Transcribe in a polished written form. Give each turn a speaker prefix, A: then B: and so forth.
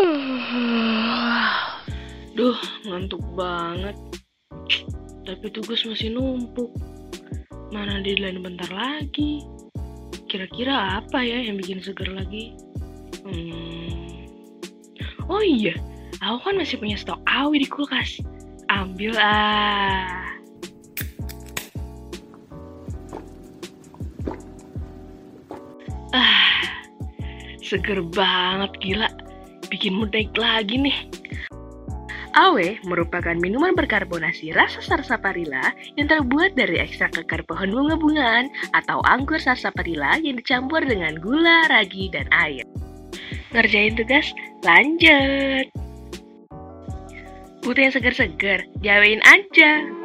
A: Duh, ngantuk banget. Tapi tugas masih numpuk. Mana deadline bentar lagi. Kira-kira apa ya yang bikin seger lagi? Oh iya, aku kan masih punya stok awi di kulkas. Ambil ah. Seger banget, gila. Bikin mood naik lagi nih. Awe merupakan minuman berkarbonasi rasa sarsaparilla yang terbuat dari ekstrak kekar pohon bunga-bungaan atau anggur sarsaparilla yang dicampur dengan gula, ragi, dan air. Ngerjain tugas? Lanjut! Butuh yang seger-seger? Jawain aja!